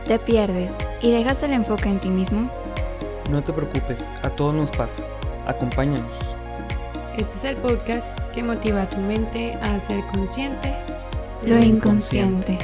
¿Te pierdes y dejas el enfoque en ti mismo? No te preocupes, a todos nos pasa. Acompáñanos. Este es el podcast que motiva a tu mente a ser consciente Lo inconsciente.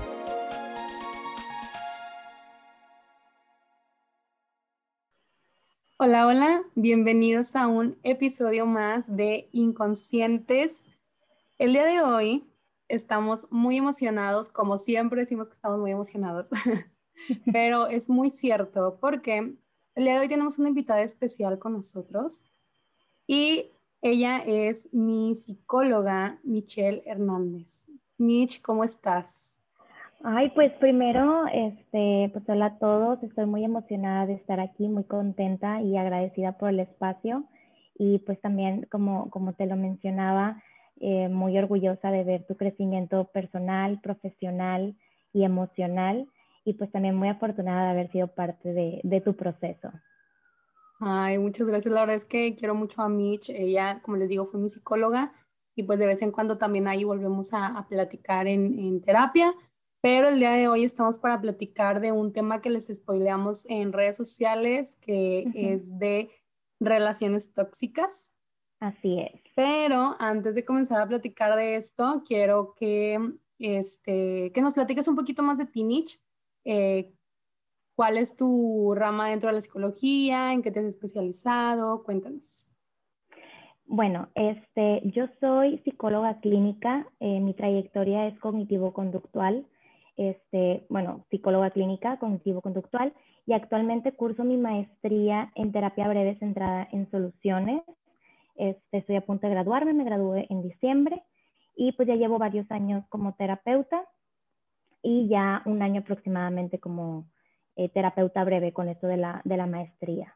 Hola, hola, bienvenidos a un episodio más de Inconscientes. El día de hoy estamos muy emocionados, como siempre decimos que estamos muy emocionados, pero es muy cierto porque el día de hoy tenemos una invitada especial con nosotros y ella es mi psicóloga, Michelle Hernández. Mich, ¿cómo estás? Ay, pues primero, pues hola a todos, estoy muy emocionada de estar aquí, muy contenta y agradecida por el espacio y pues también, como te lo mencionaba, muy orgullosa de ver tu crecimiento personal, profesional y emocional y pues también muy afortunada de haber sido parte de tu proceso. Ay, muchas gracias. La verdad es que quiero mucho a Mitch. Ella, como les digo, fue mi psicóloga y pues de vez en cuando también ahí volvemos a platicar en terapia. Pero el día de hoy estamos para platicar de un tema que les spoileamos en redes sociales, que es de relaciones tóxicas. Así es. Pero antes de comenzar a platicar de esto, quiero que nos platiques un poquito más de ti, Mitch. Eh, ¿Cuál es tu rama dentro de la psicología? ¿En qué te has especializado? Cuéntanos. Bueno, yo soy psicóloga clínica, mi trayectoria es cognitivo-conductual, psicóloga clínica cognitivo-conductual y actualmente curso mi maestría en terapia breve centrada en soluciones. Estoy a punto de graduarme, me gradué en diciembre y pues ya llevo varios años como terapeuta y ya un año aproximadamente como terapeuta breve con esto de la maestría.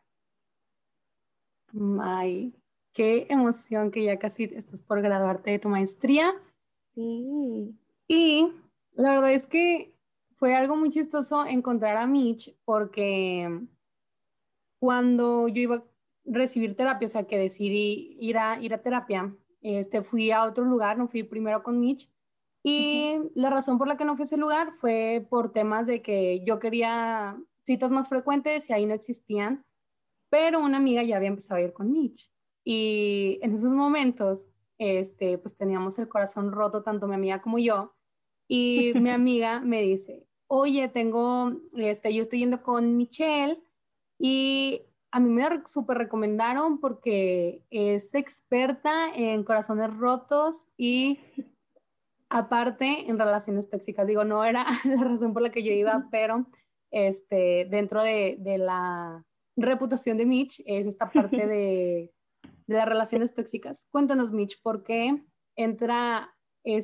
Ay, qué emoción que ya casi estás por graduarte de tu maestría. Sí. Y la verdad es que fue algo muy chistoso encontrar a Mitch porque cuando yo iba a recibir terapia, o sea, que decidí ir a terapia, fui a otro lugar, no fui primero con Mitch. Y la razón por la que no fui a ese lugar fue por temas de que yo quería citas más frecuentes y ahí no existían, pero una amiga ya había empezado a ir con Mitch. Y en esos momentos, pues teníamos el corazón roto, tanto mi amiga como yo. Y mi amiga me dice, oye, yo estoy yendo con Michelle y a mí me la súper recomendaron porque es experta en corazones rotos y aparte en relaciones tóxicas. Digo, no era la razón por la que yo iba, pero dentro de la reputación de Mitch es esta parte de las relaciones tóxicas. Cuéntanos, Mitch, ¿por qué entra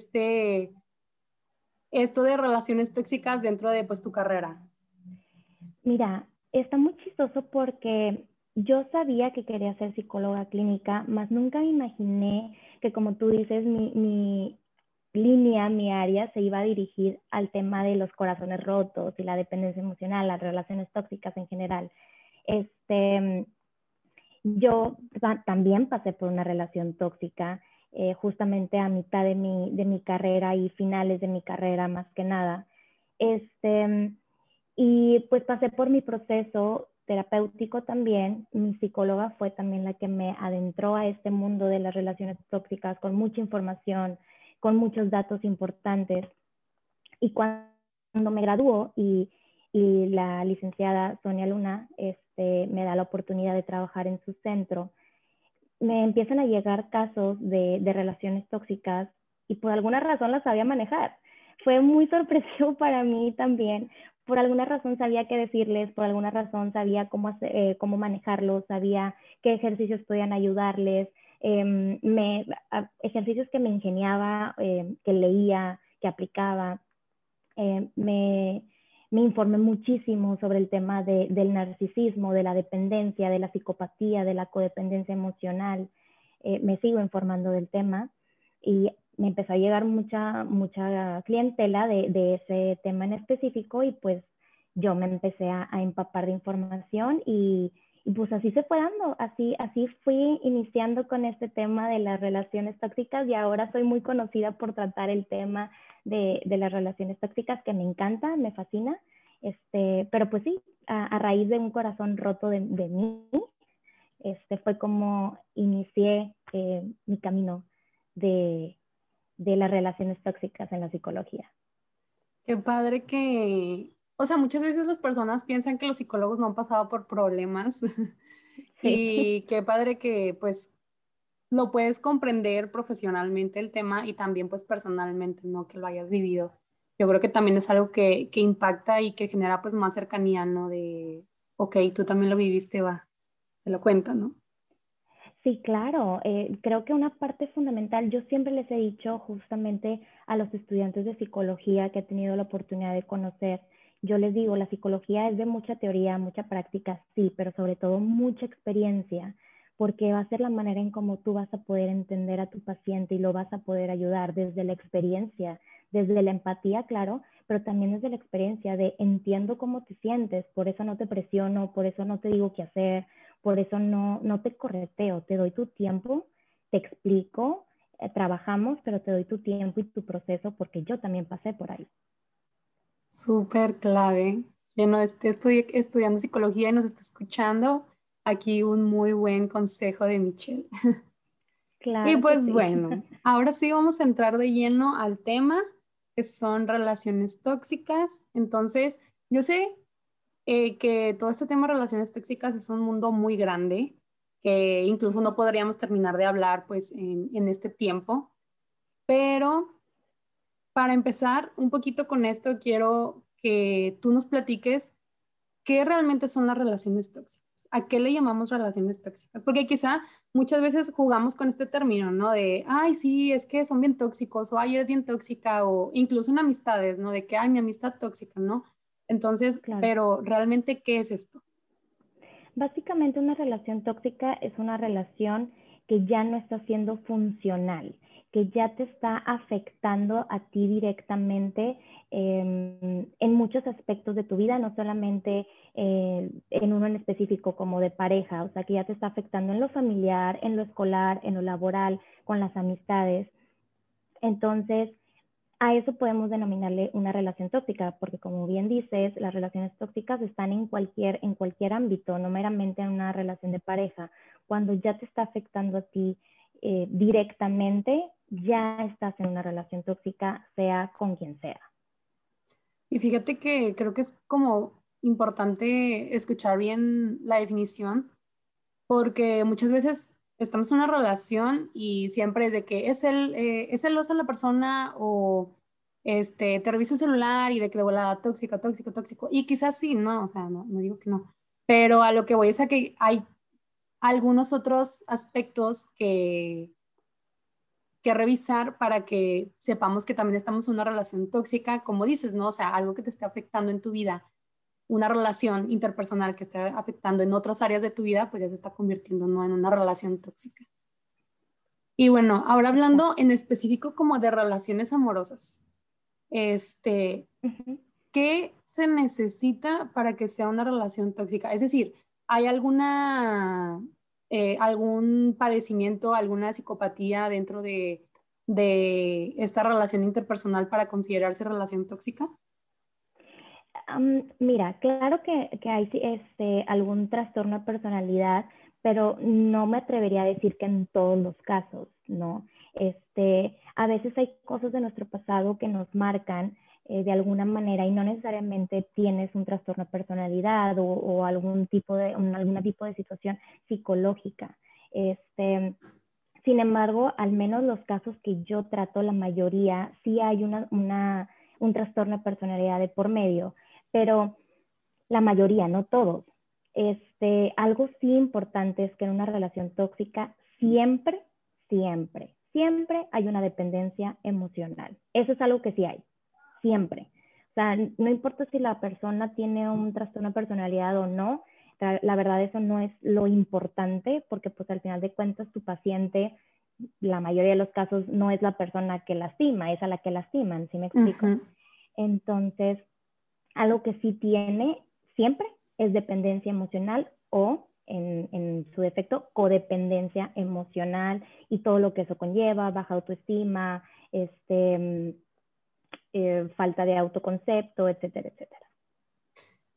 esto de relaciones tóxicas dentro de pues tu carrera? Mira, está muy chistoso porque yo sabía que quería ser psicóloga clínica, mas nunca me imaginé que, como tú dices, mi línea, mi área se iba a dirigir al tema de los corazones rotos y la dependencia emocional, las relaciones tóxicas en general. Yo también pasé por una relación tóxica, justamente a mitad de mi carrera y finales de mi carrera, más que nada. Y pues pasé por mi proceso terapéutico también. Mi psicóloga fue también la que me adentró a este mundo de las relaciones tóxicas con mucha información, con muchos datos importantes. Y cuando me graduó y la licenciada Sonia Luna me da la oportunidad de trabajar en su centro, me empiezan a llegar casos de relaciones tóxicas y por alguna razón las sabía manejar. Fue muy sorpresivo para mí también. Por alguna razón sabía qué decirles, por alguna razón sabía cómo manejarlos, sabía qué ejercicios podían ayudarles, ejercicios que me ingeniaba, que leía, que aplicaba. Me informé muchísimo sobre el tema del narcisismo, de la dependencia, de la psicopatía, de la codependencia emocional. Me sigo informando del tema y me empezó a llegar mucha clientela de ese tema en específico y pues yo me empecé a empapar de información y pues así se fue dando, así fui iniciando con este tema de las relaciones tóxicas y ahora soy muy conocida por tratar el tema de las relaciones tóxicas, que me encanta, me fascina Pero pues sí, a raíz de un corazón roto de mí, fue como inicié mi camino de las relaciones tóxicas en la psicología. Qué padre que, o sea, muchas veces las personas piensan que los psicólogos no han pasado por problemas Sí. y qué padre que pues lo puedes comprender profesionalmente el tema y también pues personalmente, ¿no? Que lo hayas vivido. Yo creo que también es algo que impacta y que genera pues más cercanía, ¿no? De, ok, tú también lo viviste, va, te lo cuentan, ¿no? Sí, claro. Creo que una parte fundamental, yo siempre les he dicho justamente a los estudiantes de psicología que he tenido la oportunidad de conocer, yo les digo, la psicología es de mucha teoría, mucha práctica, sí, pero sobre todo mucha experiencia, porque va a ser la manera en cómo tú vas a poder entender a tu paciente y lo vas a poder ayudar desde la experiencia, desde la empatía, claro, pero también desde la experiencia de entiendo cómo te sientes, por eso no te presiono, por eso no te digo qué hacer, por eso no te correteo, te doy tu tiempo, te explico, trabajamos, pero te doy tu tiempo y tu proceso porque yo también pasé por ahí. Súper clave. Quien no esté estudiando psicología y nos está escuchando, aquí un muy buen consejo de Michelle. Y Claro que pues sí. bueno, ahora sí vamos a entrar de lleno al tema, que son relaciones tóxicas. Entonces, yo sé que todo este tema de relaciones tóxicas es un mundo muy grande, que incluso no podríamos terminar de hablar pues en este tiempo, pero para empezar un poquito con esto, quiero que tú nos platiques qué realmente son las relaciones tóxicas. ¿A qué le llamamos relaciones tóxicas? Porque quizá muchas veces jugamos con este término, ¿no? De, ay, sí, es que son bien tóxicos, o ay, eres bien tóxica, o incluso en amistades, ¿no? De que, ay, mi amistad tóxica, ¿no? Entonces, Claro. pero realmente, ¿qué es esto? Básicamente una relación tóxica es una relación que ya no está siendo funcional, que ya te está afectando a ti directamente en muchos aspectos de tu vida, no solamente en uno en específico como de pareja, o sea, que ya te está afectando en lo familiar, en lo escolar, en lo laboral, con las amistades. Entonces, a eso podemos denominarle una relación tóxica, porque como bien dices, las relaciones tóxicas están en cualquier ámbito, no meramente en una relación de pareja. Cuando ya te está afectando a ti directamente, ya estás en una relación tóxica, sea con quien sea. Y fíjate que creo que es como importante escuchar bien la definición, porque muchas veces estamos en una relación y siempre es de que es celosa la persona o te revisa el celular y de que de volada tóxica, tóxico, tóxico. Y quizás sí, ¿no? O sea, no digo que no. Pero a lo que voy es a que hay algunos otros aspectos que revisar para que sepamos que también estamos en una relación tóxica, como dices, ¿no? O sea, algo que te esté afectando en tu vida, una relación interpersonal que esté afectando en otras áreas de tu vida, pues ya se está convirtiendo, ¿no? En una relación tóxica. Y bueno, ahora hablando en específico como de relaciones amorosas, este, Ujú. ¿qué se necesita para que sea una relación tóxica? Es decir, ¿hay algún padecimiento, alguna psicopatía dentro de esta relación interpersonal para considerarse relación tóxica? Mira, claro que hay sí, algún trastorno de personalidad, pero no me atrevería a decir que en todos los casos, ¿no? A veces hay cosas de nuestro pasado que nos marcan de alguna manera y no necesariamente tienes un trastorno de personalidad o algún tipo de situación psicológica. Sin embargo, al menos los casos que yo trato, la mayoría, sí hay un trastorno de personalidad de por medio, pero la mayoría, no todos. Algo sí importante es que en una relación tóxica siempre, siempre, siempre hay una dependencia emocional. Eso es algo que sí hay, siempre. O sea, no importa si la persona tiene un trastorno de personalidad o no, la verdad eso no es lo importante porque pues al final de cuentas tu paciente, la mayoría de los casos no es la persona que lastima, es a la que lastiman, ¿sí me explico? Ujú. Entonces, algo que sí tiene siempre es dependencia emocional o en su defecto codependencia emocional y todo lo que eso conlleva, baja autoestima, falta de autoconcepto, etcétera, etcétera.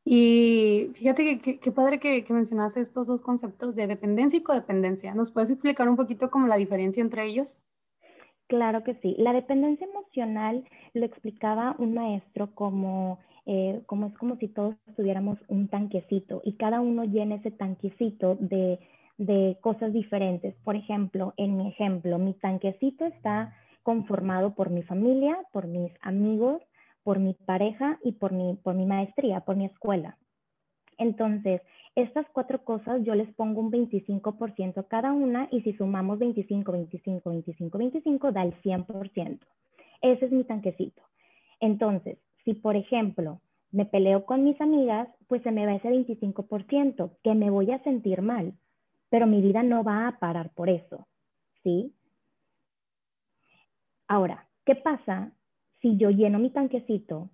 Y fíjate que padre que mencionaste estos dos conceptos de dependencia y codependencia. ¿Nos puedes explicar un poquito como la diferencia entre ellos? Claro que sí. La dependencia emocional lo explicaba un maestro como es como si todos tuviéramos un tanquecito y cada uno llena ese tanquecito de cosas diferentes. Por ejemplo, en mi ejemplo, mi tanquecito está conformado por mi familia, por mis amigos, por mi pareja y por mi maestría, por mi escuela. Entonces, estas cuatro cosas yo les pongo un 25% cada una y si sumamos 25, 25, 25, 25 da el 100%. Ese es mi tanquecito. Entonces, si por ejemplo me peleo con mis amigas, pues se me va ese 25%, que me voy a sentir mal, pero mi vida no va a parar por eso, ¿sí? Ahora, ¿qué pasa si yo lleno mi tanquecito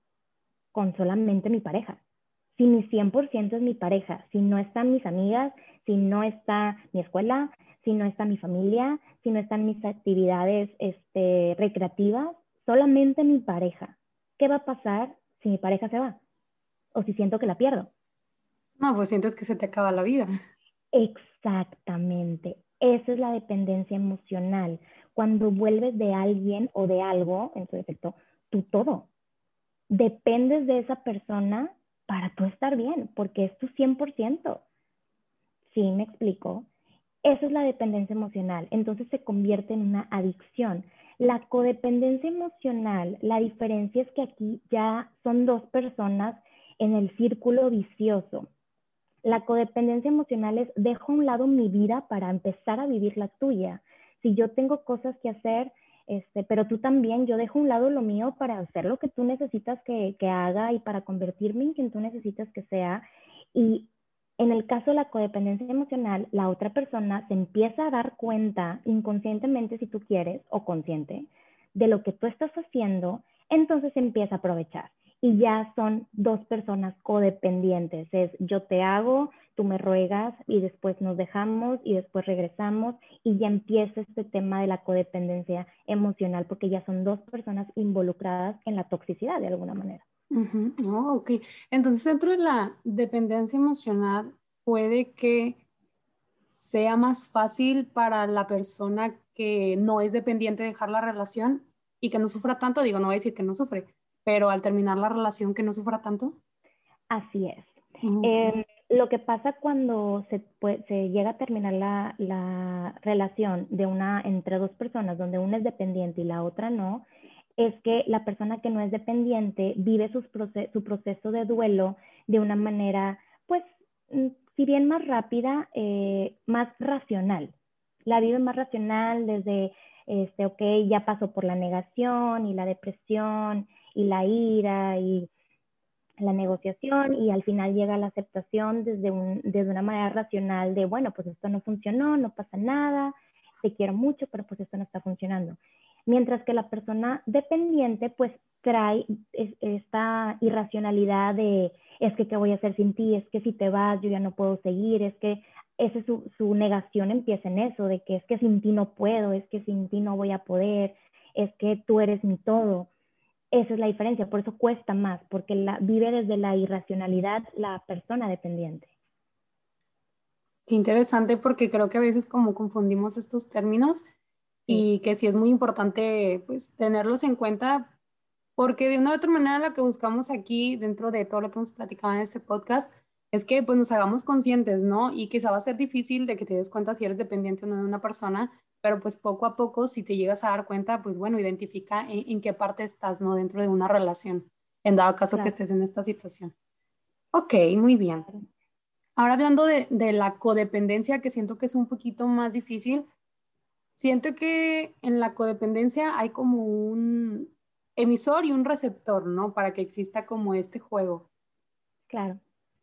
con solamente mi pareja? Si mi 100% es mi pareja, si no están mis amigas, si no está mi escuela, si no está mi familia, si no están mis actividades recreativas, solamente mi pareja. ¿Qué va a pasar si mi pareja se va? O si siento que la pierdo. No, pues sientes que se te acaba la vida. Exactamente. Esa es la dependencia emocional. Cuando vuelves de alguien o de algo, en su defecto, tu todo. Dependes de esa persona para tú estar bien, porque es tu 100%. ¿Sí me explico? Eso es la dependencia emocional. Entonces se convierte en una adicción. La codependencia emocional, la diferencia es que aquí ya son dos personas en el círculo vicioso. La codependencia emocional es dejo a un lado mi vida para empezar a vivir la tuya. Si yo tengo cosas que hacer, pero tú también, yo dejo a un lado lo mío para hacer lo que tú necesitas que haga y para convertirme en quien tú necesitas que sea. Y en el caso de la codependencia emocional, la otra persona se empieza a dar cuenta inconscientemente, si tú quieres, o consciente, de lo que tú estás haciendo, entonces empieza a aprovechar y ya son dos personas codependientes. Es yo te hago, tú me ruegas y después nos dejamos y después regresamos y ya empieza este tema de la codependencia emocional porque ya son dos personas involucradas en la toxicidad de alguna manera. Ujú. Oh, ok. Entonces, dentro de la dependencia emocional, puede que sea más fácil para la persona que no es dependiente dejar la relación y que no sufra tanto. Digo, no voy a decir que no sufre, pero al terminar la relación que no sufra tanto. Así es. Ok. Lo que pasa cuando se llega a terminar la relación entre dos personas, donde una es dependiente y la otra no, es que la persona que no es dependiente vive su proceso de duelo de una manera, pues, si bien más rápida, más racional. La vive más racional desde, ok, ya pasó por la negación y la depresión y la ira y la negociación y al final llega la aceptación desde una manera racional de, bueno, pues esto no funcionó, no pasa nada, te quiero mucho, pero pues esto no está funcionando. Mientras que la persona dependiente pues trae esta irracionalidad de, es que qué voy a hacer sin ti, es que si te vas yo ya no puedo seguir, es que esa es su negación empieza en eso, de que es que sin ti no puedo, es que sin ti no voy a poder, es que tú eres mi todo. Esa es la diferencia, por eso cuesta más, porque vive desde la irracionalidad la persona dependiente. Qué interesante porque creo que a veces como confundimos estos términos Sí, y que sí es muy importante pues tenerlos en cuenta porque de una u otra manera lo que buscamos aquí dentro de todo lo que hemos platicado en este podcast es que pues nos hagamos conscientes, ¿no? Y quizá va a ser difícil de que te des cuenta si eres dependiente o no de una persona, pero pues poco a poco si te llegas a dar cuenta, pues bueno, identifica en qué parte estás, ¿no? Dentro de una relación, en dado caso que claro. estés en esta situación. Ok, muy bien. Ahora hablando de la codependencia, que siento que es un poquito más difícil, siento que en la codependencia hay como un emisor y un receptor, ¿no? Para que exista como este juego. Claro.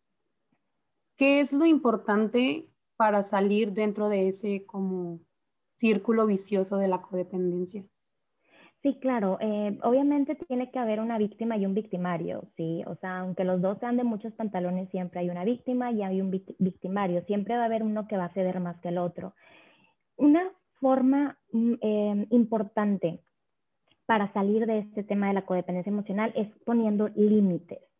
¿Qué es lo importante para salir dentro de ese como círculo vicioso de la codependencia? Sí, claro. Obviamente tiene que haber una víctima y un victimario, ¿sí? O sea, aunque los dos sean de muchos pantalones, siempre hay una víctima y hay un victimario. Siempre va a haber uno que va a ceder más que el otro. Una forma importante para salir de este tema de la codependencia emocional es poniendo límites.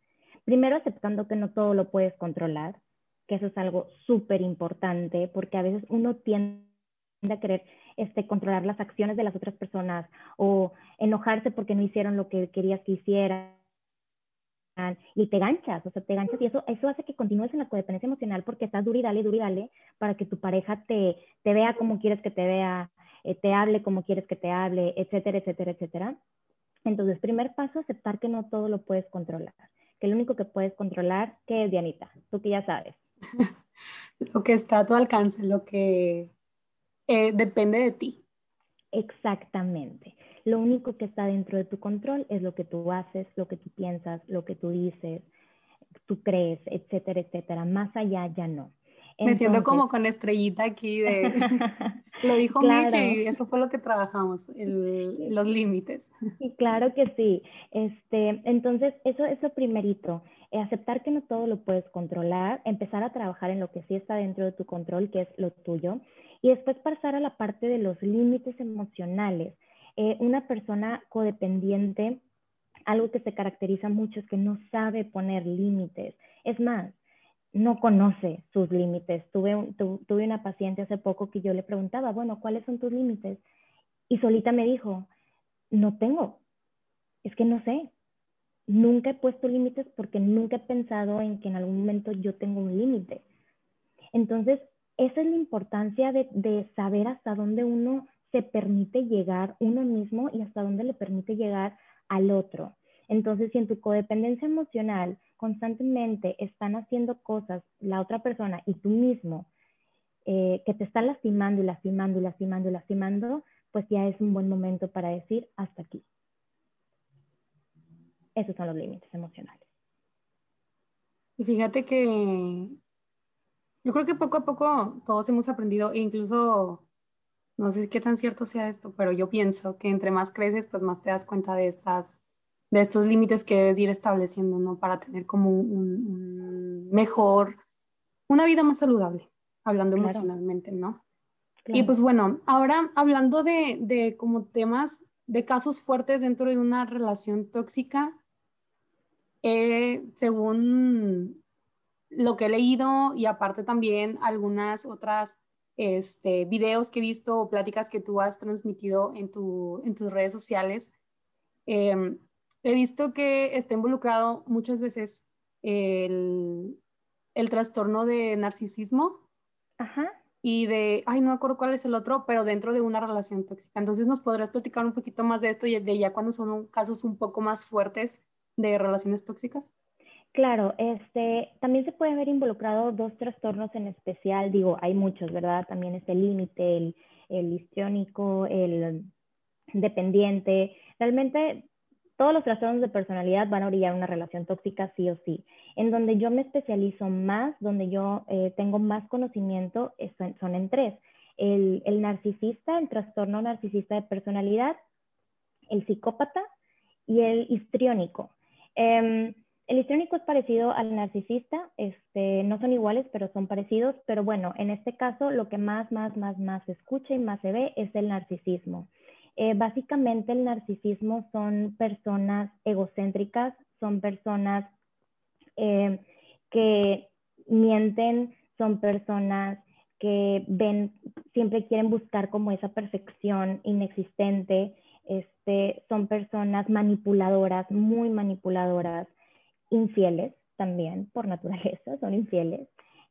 primero aceptando que no todo lo puedes controlar, que eso es algo súper importante, porque a veces uno tiende a querer controlar las acciones de las otras personas o enojarse porque no hicieron lo que querías que hicieran y te ganchas, o sea, te ganchas y eso hace que continúes en la codependencia emocional porque estás duro y dale para que tu pareja te vea como quieres que te vea, te hable como quieres que te hable, etcétera, etcétera, etcétera. Entonces, primer paso, aceptar que no todo lo puedes controlar, que lo único que puedes controlar, ¿qué es, Dianita? Tú que ya sabes. Lo que está a tu alcance, lo que depende de ti. Exactamente. Lo único que está dentro de tu control es lo que tú haces, lo que tú piensas, lo que tú dices, tú crees, etcétera, etcétera. Más allá ya no. Me siento Entonces, como con estrellita aquí de... Lo dijo Mitch claro, y eso fue lo que trabajamos, los límites. sí, claro que sí. Entonces, eso primerito, aceptar que no todo lo puedes controlar, empezar a trabajar en lo que sí está dentro de tu control, que es lo tuyo, y después pasar a la parte de los límites emocionales. Una persona codependiente, algo que se caracteriza mucho es que no sabe poner límites. Es más, no conoce sus límites. Tuve una paciente hace poco que yo le preguntaba, bueno, ¿cuáles son tus límites? Y solita me dijo, no tengo, es que no sé. Nunca he puesto límites porque nunca he pensado en que en algún momento yo tengo un límite. Entonces, esa es la importancia de saber hasta dónde uno se permite llegar uno mismo y hasta dónde le permite llegar al otro. Entonces, si en tu codependencia emocional constantemente están haciendo cosas la otra persona y tú mismo que te están lastimando y lastimando y lastimando y lastimando, pues ya es un buen momento para decir hasta aquí. Esos son los límites emocionales. Y fíjate que yo creo que poco a poco todos hemos aprendido, e incluso, no sé qué tan cierto sea esto, pero yo pienso que entre más creces, pues más te das cuenta de estos límites que debes ir estableciendo, ¿no? Para tener como un mejor, una vida más saludable, hablando Claro, emocionalmente, ¿no? Y claro. pues bueno, ahora hablando de como temas, de casos fuertes dentro de una relación tóxica, según lo que he leído y aparte también algunas otras videos que he visto o pláticas que tú has transmitido en tus redes sociales, eh, he visto que está involucrado muchas veces el, el trastorno de narcisismo Ajá. y ay, no me acuerdo cuál es el otro, pero dentro de una relación tóxica. Entonces, ¿nos podrías platicar un poquito más de esto y de ya cuando son casos un poco más fuertes de relaciones tóxicas? Claro, también se puede ver involucrado dos trastornos en especial, digo, hay muchos, ¿verdad? También es el límite, el histriónico, el dependiente. Realmente todos los trastornos de personalidad van a orillar una relación tóxica sí o sí. En donde yo me especializo más, donde yo tengo más conocimiento, son en tres. El narcisista, el trastorno narcisista de personalidad, el psicópata y el histriónico. El histriónico es parecido al narcisista, no son iguales, pero son parecidos, pero bueno, en este caso lo que más se escucha y más se ve es el narcisismo. Básicamente el narcisismo son personas egocéntricas, son personas que mienten, son personas que siempre quieren buscar como esa perfección inexistente, son personas manipuladoras, muy manipuladoras, infieles también, por naturaleza, son infieles.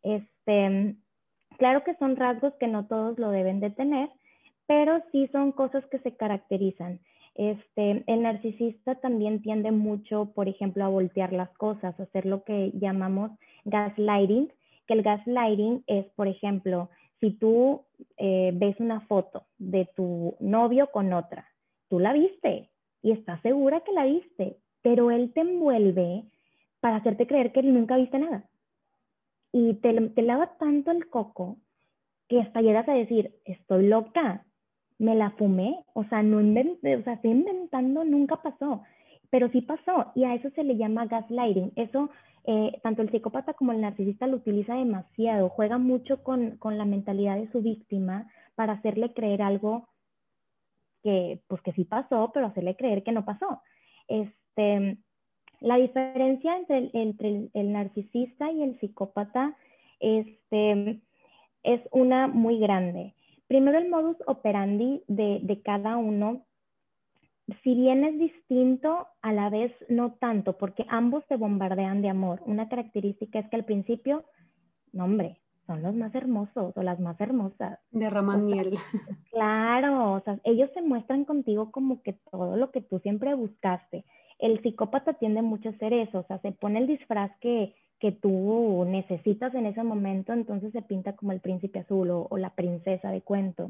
Claro que son rasgos que no todos lo deben de tener, pero sí son cosas que se caracterizan. El narcisista también tiende mucho, por ejemplo, a voltear las cosas, a hacer lo que llamamos gaslighting, que el gaslighting es, por ejemplo, si tú ves una foto de tu novio con otra, tú la viste y estás segura que la viste, pero él te envuelve para hacerte creer que nunca viste nada. Y te lava tanto el coco que hasta llegas a decir, estoy loca, me la fumé, o sea, no inventé, o sea, estoy inventando, nunca pasó, pero sí pasó, y a eso se le llama gaslighting. Eso, tanto el psicópata como el narcisista lo utiliza demasiado, juega mucho con la mentalidad de su víctima para hacerle creer algo que, pues que sí pasó, pero hacerle creer que no pasó. La diferencia entre el narcisista y el psicópata es una muy grande. Primero, el modus operandi de cada uno, si bien es distinto, a la vez no tanto, porque ambos se bombardean de amor. Una característica es que al principio, no hombre, son los más hermosos o las más hermosas. Derraman miel. Claro, o sea, ellos se muestran contigo como que todo lo que tú siempre buscaste. El psicópata tiende mucho a hacer eso, o sea, se pone el disfraz que tú necesitas en ese momento, entonces se pinta como el príncipe azul o la princesa de cuento.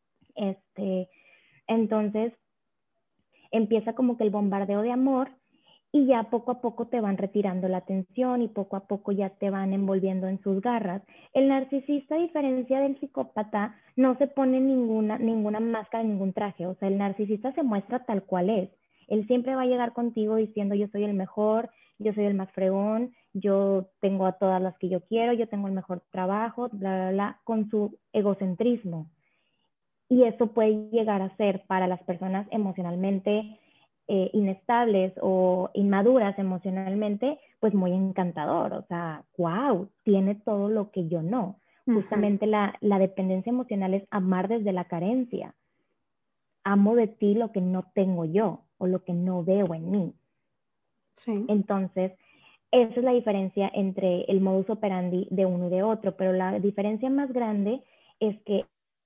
Entonces empieza como que el bombardeo de amor y ya poco a poco te van retirando la atención y poco a poco ya te van envolviendo en sus garras. El narcisista, a diferencia del psicópata, no se pone ninguna máscara, ningún traje. O sea, el narcisista se muestra tal cual es. Él siempre va a llegar contigo diciendo yo soy el mejor, yo soy el más fregón, yo tengo a todas las que yo quiero, yo tengo el mejor trabajo, bla, bla, bla, con su egocentrismo. Y eso puede llegar a ser para las personas emocionalmente inestables o inmaduras emocionalmente, pues muy encantador. O sea, wow, tiene todo lo que yo no. Justamente la dependencia emocional es amar desde la carencia. Amo de ti lo que no tengo yo o lo que no veo en mí. Sí. Entonces, esa es la diferencia entre el modus operandi de uno y de otro, pero la diferencia más grande es que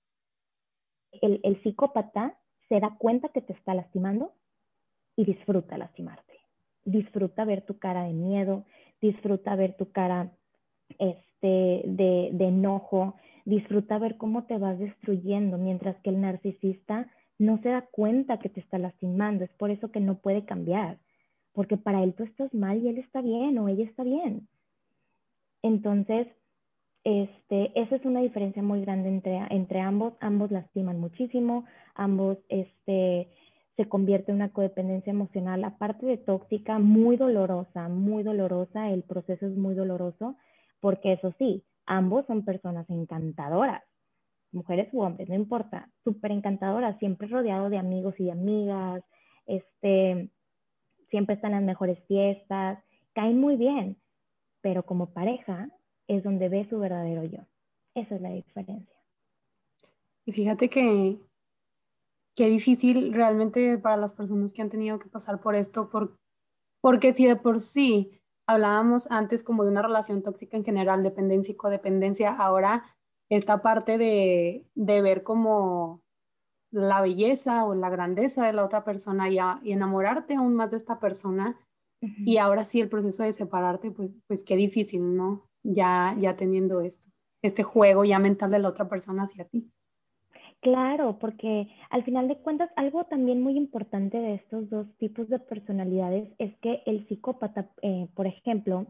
el psicópata se da cuenta que te está lastimando y disfruta lastimarte. Disfruta ver tu cara de miedo, disfruta ver tu cara de enojo, disfruta ver cómo te vas destruyendo, mientras que el narcisista no se da cuenta que te está lastimando. Es por eso que no puede cambiar, porque para él tú estás mal y él está bien o ella está bien. Entonces, esa es una diferencia muy grande entre ambos. Ambos lastiman muchísimo, ambos se convierte en una codependencia emocional, aparte de tóxica, muy dolorosa, el proceso es muy doloroso, porque eso sí, ambos son personas encantadoras, mujeres u hombres, no importa, súper encantadoras, siempre rodeado de amigos y de amigas, siempre están en las mejores fiestas, caen muy bien, pero como pareja es donde ve su verdadero yo. Esa es la diferencia. Y fíjate que qué difícil realmente para las personas que han tenido que pasar por esto, porque si de por sí hablábamos antes como de una relación tóxica en general, dependencia y codependencia, ahora esta parte de ver como la belleza o la grandeza de la otra persona y enamorarte aún más de esta persona, y ahora sí el proceso de separarte, pues qué difícil, ¿no? Ya teniendo este juego ya mental de la otra persona hacia ti. Claro, porque al final de cuentas, algo también muy importante de estos dos tipos de personalidades es que el psicópata, por ejemplo,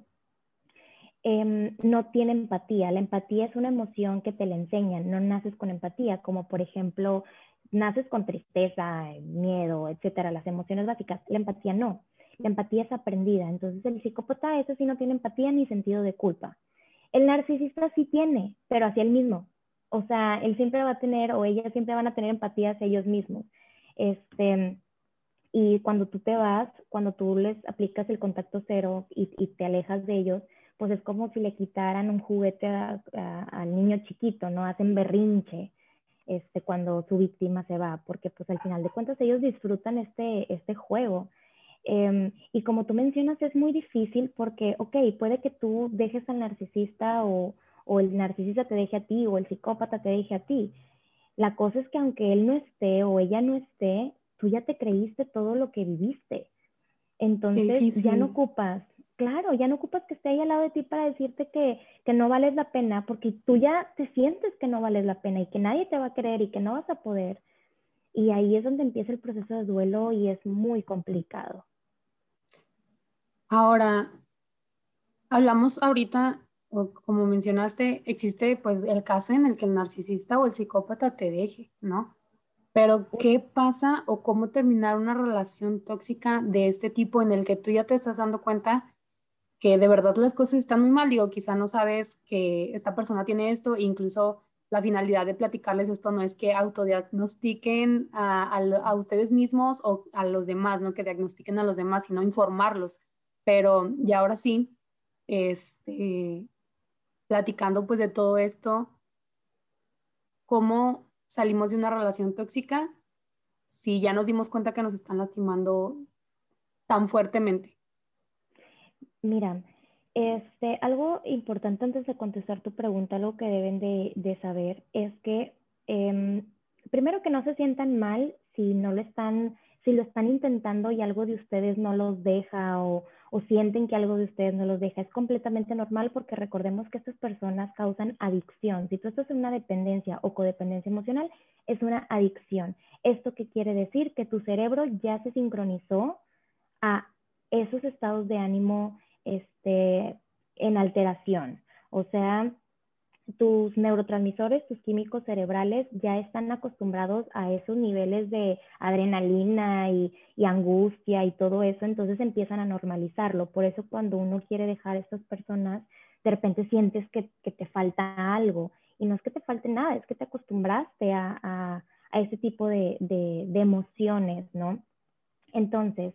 no tiene empatía. La empatía es una emoción que te la enseñan, no naces con empatía, como por ejemplo, naces con tristeza, miedo, etcétera, las emociones básicas. La empatía no. La empatía es aprendida. Entonces, el psicópata, eso sí no tiene empatía ni sentido de culpa. El narcisista sí tiene, pero hacia él mismo. O sea, él siempre va a tener, o ellas siempre van a tener empatía hacia ellos mismos. Y cuando tú te vas, cuando tú les aplicas el contacto cero y te alejas de ellos, pues es como si le quitaran un juguete al niño chiquito, ¿no? Hacen berrinche cuando su víctima se va, porque pues al final de cuentas ellos disfrutan este juego. Y como tú mencionas, es muy difícil porque, ok, puede que tú dejes al narcisista o el narcisista te deje a ti o el psicópata te deje a ti. La cosa es que aunque él no esté o ella no esté, tú ya te creíste todo lo que viviste. Entonces ya no ocupas, claro, ya no ocupas que esté ahí al lado de ti para decirte que no vales la pena, porque tú ya te sientes que no vales la pena y que nadie te va a querer y que no vas a poder. Y ahí es donde empieza el proceso de duelo y es muy complicado. Ahora, hablamos ahorita, o como mencionaste, existe pues el caso en el que el narcisista o el psicópata te deje, ¿no? Pero ¿qué pasa o cómo terminar una relación tóxica de este tipo en el que tú ya te estás dando cuenta que de verdad las cosas están muy mal? Digo, quizá no sabes que esta persona tiene esto, e incluso la finalidad de platicarles esto no es que autodiagnostiquen a ustedes mismos o a los demás, no que diagnostiquen a los demás, sino informarlos. Pero ya ahora sí, este, platicando pues de todo esto, ¿cómo salimos de una relación tóxica si ya nos dimos cuenta que nos están lastimando tan fuertemente? Mira, algo importante antes de contestar tu pregunta, algo que deben de saber es que primero que no se sientan mal si lo están intentando y algo de ustedes no los deja o sienten que algo de ustedes no los deja. Es completamente normal porque recordemos que estas personas causan adicción. Si tú estás en una dependencia o codependencia emocional, es una adicción. ¿Esto qué quiere decir? Que tu cerebro ya se sincronizó a esos estados de ánimo en alteración. O sea, tus neurotransmisores, tus químicos cerebrales ya están acostumbrados a esos niveles de adrenalina y angustia y todo eso, entonces empiezan a normalizarlo. Por eso cuando uno quiere dejar a estas personas, de repente sientes que te falta algo. Y no es que te falte nada, es que te acostumbraste a ese tipo de emociones, ¿no? Entonces,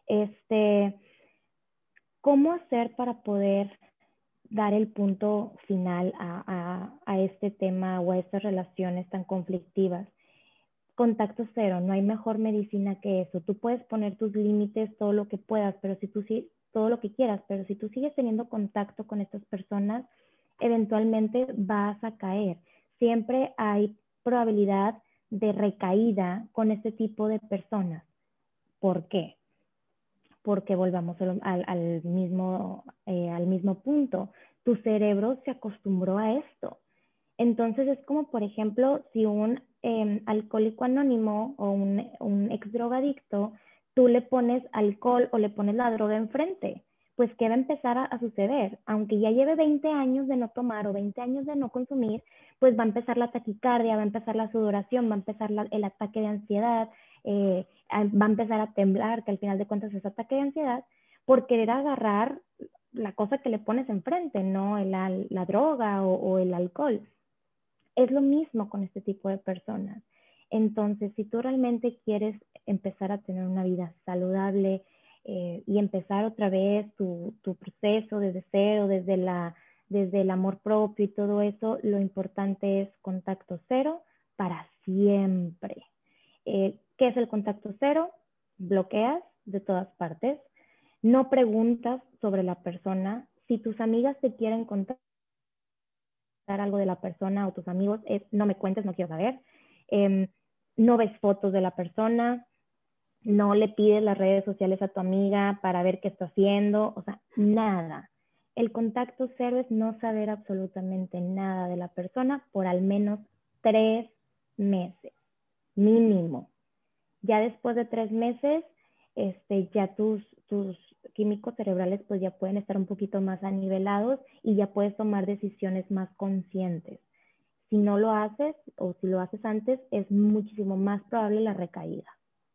¿cómo hacer para poder dar el punto final a este tema o a estas relaciones tan conflictivas? Contacto cero, no hay mejor medicina que eso. Tú puedes poner tus límites, todo lo que puedas, pero si tú todo lo que quieras, pero si tú sigues teniendo contacto con estas personas, eventualmente vas a caer. Siempre hay probabilidad de recaída con este tipo de personas. ¿Por qué? Porque volvamos al mismo punto. Tu cerebro se acostumbró a esto. Entonces es como, por ejemplo, si un alcohólico anónimo o un ex drogadicto, tú le pones alcohol o le pones la droga enfrente, pues ¿qué va a empezar a suceder? Aunque ya lleve 20 años de no tomar o 20 años de no consumir, pues va a empezar la taquicardia, va a empezar la sudoración, va a empezar el ataque de ansiedad, va a empezar a temblar, que al final de cuentas es ataque de ansiedad, por querer agarrar la cosa que le pones enfrente, no la droga o el alcohol. Es lo mismo con este tipo de personas. Entonces, si tú realmente quieres empezar a tener una vida saludable y empezar otra vez tu proceso desde cero, desde el amor propio y todo eso, lo importante es contacto cero para siempre. ¿Qué es el contacto cero? Bloqueas de todas partes. No preguntas sobre la persona. Si tus amigas te quieren contar algo de la persona o tus amigos, no me cuentes, no quiero saber. No ves fotos de la persona, no le pides las redes sociales a tu amiga para ver qué está haciendo, o sea, nada. El contacto cero es no saber absolutamente nada de la persona por al menos 3 meses, mínimo. Ya después de 3 meses, ya tus químicos cerebrales pues ya pueden estar un poquito más anivelados y ya puedes tomar decisiones más conscientes. Si no lo haces o si lo haces antes, es muchísimo más probable la recaída.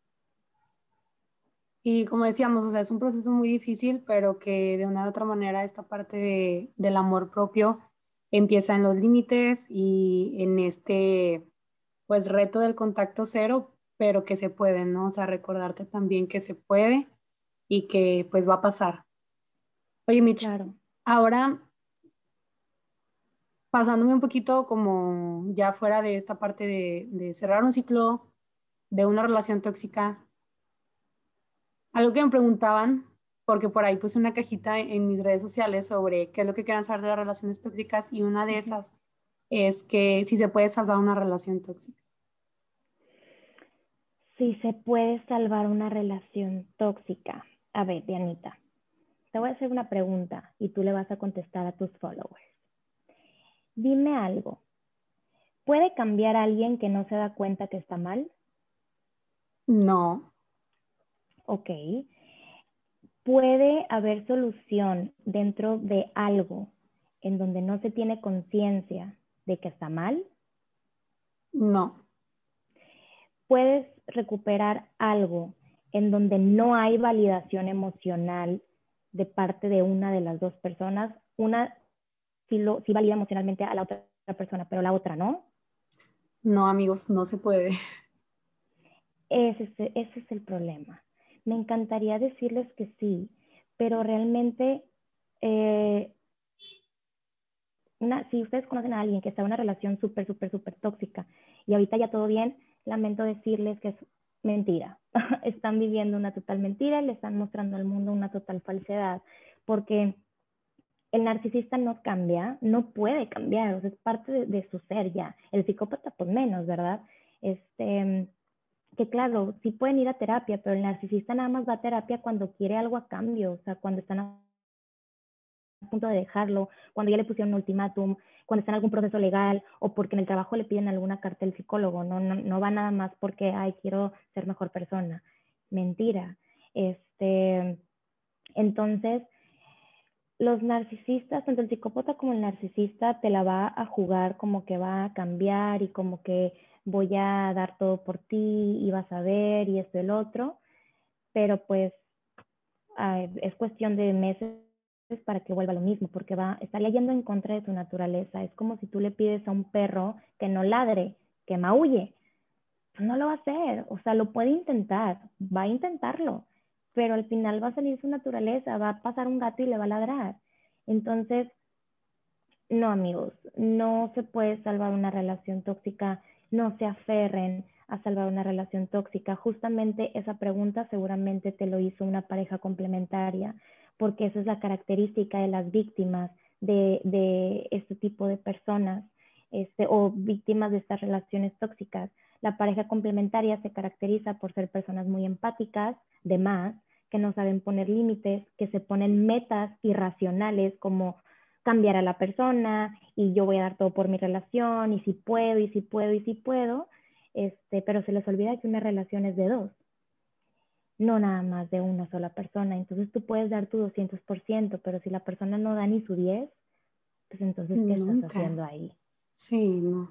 Y como decíamos, o sea, es un proceso muy difícil, pero que de una u otra manera esta parte del amor propio empieza en los límites y en este, pues, reto del contacto cero, pero que se puede, ¿no? O sea, recordarte también que se puede y que pues va a pasar. Oye, Mitch, Claro. ahora pasándome un poquito como ya fuera de esta parte de cerrar un ciclo, de una relación tóxica, algo que me preguntaban, porque por ahí puse una cajita en mis redes sociales sobre qué es lo que quieran saber de las relaciones tóxicas y una de esas es que si se puede salvar una relación tóxica. Si se puede salvar una relación tóxica. A ver, Dianita, te voy a hacer una pregunta y tú le vas a contestar a tus followers. Dime algo. ¿Puede cambiar a alguien que no se da cuenta que está mal? No, Ok. ¿Puede haber solución dentro de algo en donde no se tiene conciencia de que está mal? no, ¿Puedes recuperar algo en donde no hay validación emocional de parte de una de las dos personas? Una sí valida emocionalmente a la otra persona, pero la otra no. no, amigos, no se puede. Ese es el problema. Me encantaría decirles que sí, pero realmente, si ustedes conocen a alguien que está en una relación súper, súper, súper tóxica y ahorita ya todo bien, lamento decirles que es mentira. Están viviendo una total mentira y le están mostrando al mundo una total falsedad, porque el narcisista no cambia, no puede cambiar, o sea, es parte de su ser ya. El psicópata, pues menos, ¿verdad? Que claro, sí pueden ir a terapia, pero el narcisista nada más va a terapia cuando quiere algo a cambio, o sea, cuando están a punto de dejarlo, cuando ya le pusieron un ultimátum, cuando está en algún proceso legal o porque en el trabajo le piden alguna carta del psicólogo, no va nada más porque, ay, quiero ser mejor persona. Mentira. Entonces, los narcisistas, tanto el psicópata como el narcisista, te la va a jugar como que va a cambiar y como que voy a dar todo por ti y vas a ver y esto y el otro, pero pues es cuestión de meses para que vuelva lo mismo, porque estaría yendo en contra de su naturaleza. Es como si tú le pides a un perro que no ladre, que maulle. No lo va a hacer, o sea, lo puede intentar, va a intentarlo, pero al final va a salir su naturaleza, va a pasar un gato y le va a ladrar. Entonces, no, amigos, no se puede salvar una relación tóxica, no se aferren a salvar una relación tóxica. Justamente esa pregunta seguramente te lo hizo una pareja complementaria, porque esa es la característica de las víctimas de este tipo de personas, o víctimas de estas relaciones tóxicas. La pareja complementaria se caracteriza por ser personas muy empáticas, de más, que no saben poner límites, que se ponen metas irracionales como cambiar a la persona y yo voy a dar todo por mi relación y si puedo, y si puedo, y si puedo, pero se les olvida que una relación es de dos, no nada más de una sola persona. Entonces tú puedes dar tu 200%, pero si la persona no da ni su 10, pues entonces, ¿qué estás haciendo ahí? Sí, no.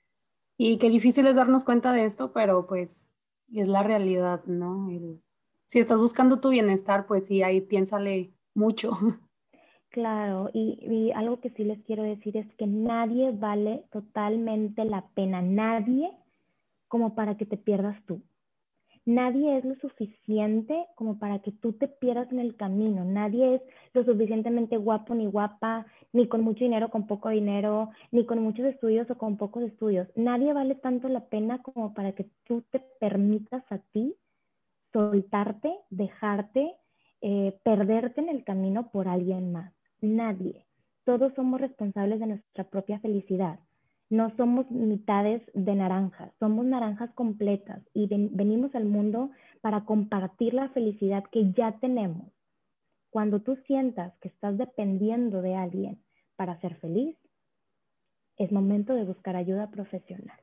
Y qué difícil es darnos cuenta de esto, pero pues es la realidad, ¿no? Si estás buscando tu bienestar, pues sí, ahí piénsale mucho. Claro, y algo que sí les quiero decir es que nadie vale totalmente la pena, nadie como para que te pierdas tú. Nadie es lo suficiente como para que tú te pierdas en el camino. Nadie es lo suficientemente guapo ni guapa, ni con mucho dinero, con poco dinero, ni con muchos estudios o con pocos estudios. Nadie vale tanto la pena como para que tú te permitas a ti soltarte, dejarte, perderte en el camino por alguien más. Nadie. Todos somos responsables de nuestra propia felicidad. No somos mitades de naranjas, somos naranjas completas y venimos al mundo para compartir la felicidad que ya tenemos. Cuando tú sientas que estás dependiendo de alguien para ser feliz, es momento de buscar ayuda profesional.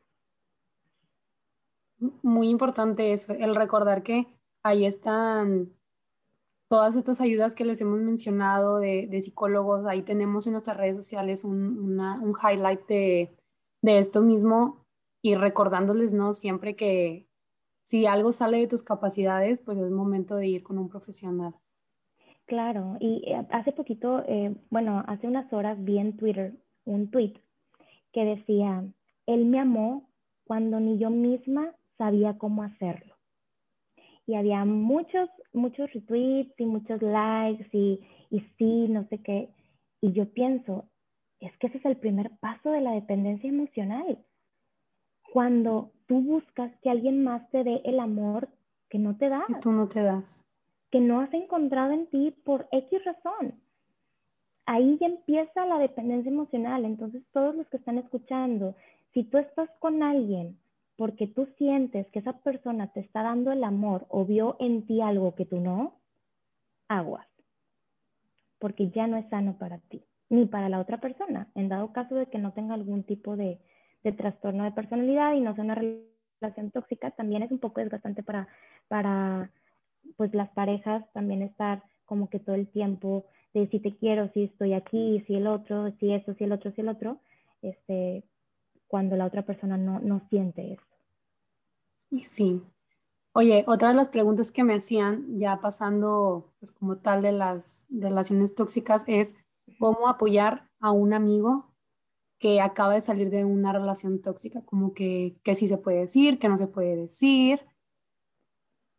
Muy importante eso, el recordar que ahí están todas estas ayudas que les hemos mencionado de psicólogos. Ahí tenemos en nuestras redes sociales un highlight de esto mismo y recordándoles, ¿no? Siempre que si algo sale de tus capacidades, pues es momento de ir con un profesional. Claro, y hace poquito, bueno, hace unas horas vi en Twitter un tweet que decía, él me amó cuando ni yo misma sabía cómo hacerlo. Y había muchos retweets y muchos likes y sí, no sé qué. Y yo pienso, es que ese es el primer paso de la dependencia emocional. Cuando tú buscas que alguien más te dé el amor que no te das, Y tú no te das. que no has encontrado en ti por X razón. Ahí ya empieza la dependencia emocional. Entonces, todos los que están escuchando, si tú estás con alguien porque tú sientes que esa persona te está dando el amor o vio en ti algo que tú no, aguas, porque ya no es sano para ti, ni para la otra persona, en dado caso de que no tenga algún tipo de trastorno de personalidad y no sea una relación tóxica. También es un poco desgastante para pues las parejas también estar como que todo el tiempo de si te quiero, si estoy aquí, si el otro, si eso, si el otro, si el otro, cuando la otra persona no siente eso. Y sí. Oye, otra de las preguntas que me hacían, ya pasando pues como tal de las relaciones tóxicas, es cómo apoyar a un amigo que acaba de salir de una relación tóxica, como que sí se puede decir, que no se puede decir.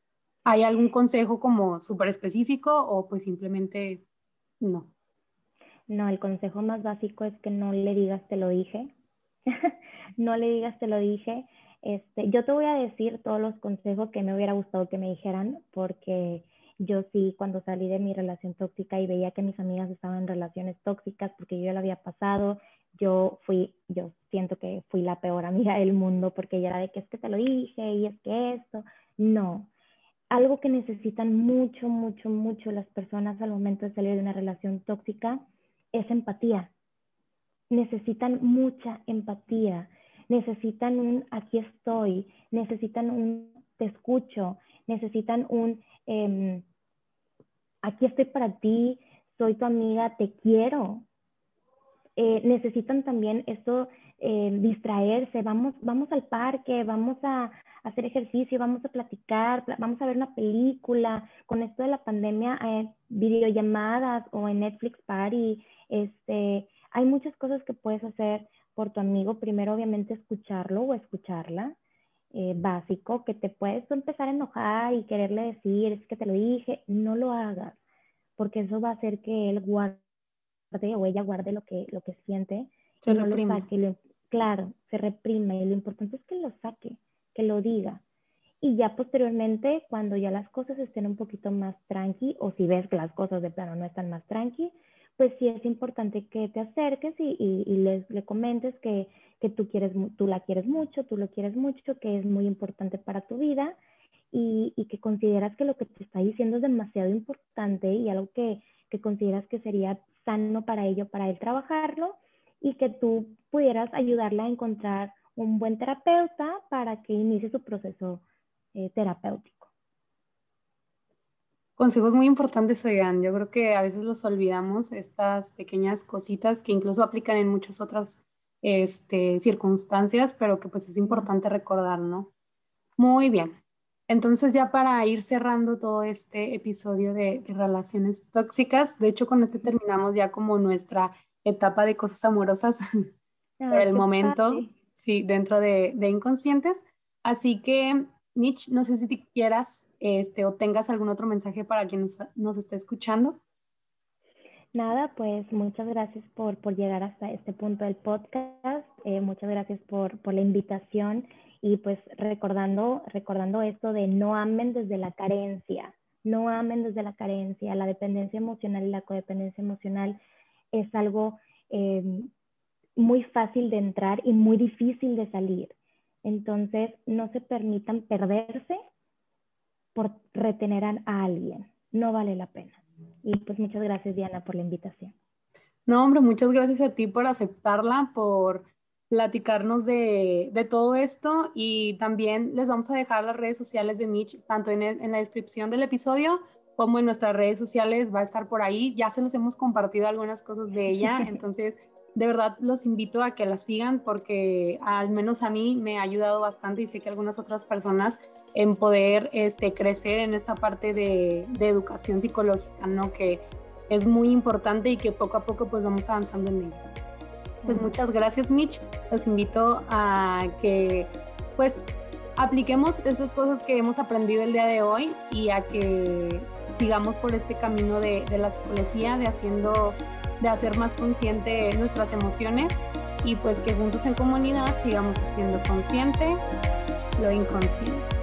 ¿Hay algún consejo como súper específico o pues simplemente no? No, el consejo más básico es que no le digas te lo dije. No le digas te lo dije. Yo te voy a decir todos los consejos que me hubiera gustado que me dijeran, porque yo sí, cuando salí de mi relación tóxica y veía que mis amigas estaban en relaciones tóxicas, porque yo ya lo había pasado, yo siento que fui la peor amiga del mundo, porque ella era de que es que te lo dije y es que esto. No. Algo que necesitan mucho, mucho, mucho las personas al momento de salir de una relación tóxica es empatía. Necesitan mucha empatía, necesitan un aquí estoy, necesitan un te escucho, necesitan un aquí estoy para ti, soy tu amiga, te quiero. Necesitan también esto, distraerse, vamos al parque, vamos a hacer ejercicio, vamos a platicar, vamos a ver una película. Con esto de la pandemia, videollamadas o en Netflix Party, hay muchas cosas que puedes hacer por tu amigo. Primero, obviamente, escucharlo o escucharla, básico, que te puedes empezar a enojar y quererle decir, es que te lo dije, no lo hagas, porque eso va a hacer que él guarde o ella guarde lo que siente Se y no reprime. lo saque. Claro, se reprime y lo importante es que lo saque, que lo diga. Y ya posteriormente, cuando ya las cosas estén un poquito más tranqui, o si ves que las cosas de plano no están más tranqui, pues sí es importante que te acerques y le comentes que tú la quieres mucho, tú lo quieres mucho, que es muy importante para tu vida y que consideras que lo que te está diciendo es demasiado importante y algo que consideras que sería sano para él trabajarlo, y que tú pudieras ayudarla a encontrar un buen terapeuta para que inicie su proceso terapéutico. Consejos muy importantes, oigan. Yo creo que a veces los olvidamos, estas pequeñas cositas que incluso aplican en muchas otras circunstancias, pero que pues es importante recordar, ¿no? Muy bien. Entonces ya para ir cerrando todo este episodio de relaciones tóxicas, de hecho con este terminamos ya como nuestra etapa de cosas amorosas por el Qué momento, padre. sí, dentro de Inconscientes. Así que, Mitch, no sé si te quieras o tengas algún otro mensaje para quien nos esté escuchando. Nada, pues muchas gracias por llegar hasta este punto del podcast. Muchas gracias por la invitación y pues recordando esto de no amen desde la carencia. No amen desde la carencia. La dependencia emocional y la codependencia emocional es algo muy fácil de entrar y muy difícil de salir. Entonces, no se permitan perderse por retener a alguien. No vale la pena. Y pues muchas gracias, Diana, por la invitación. No, hombre, muchas gracias a ti por aceptarla, por platicarnos de todo esto, y también les vamos a dejar las redes sociales de Mitch, tanto en la descripción del episodio como en nuestras redes sociales, va a estar por ahí. Ya se los hemos compartido algunas cosas de ella, entonces de verdad los invito a que la sigan porque al menos a mí me ha ayudado bastante y sé que algunas otras personas en poder crecer en esta parte de educación psicológica, ¿no? Que es muy importante y que poco a poco pues vamos avanzando en ello. Pues muchas gracias, Mitch. Los invito a que pues apliquemos estas cosas que hemos aprendido el día de hoy y a que sigamos por este camino de la psicología, de hacer más consciente nuestras emociones, y pues que juntos en comunidad sigamos haciendo consciente lo inconsciente.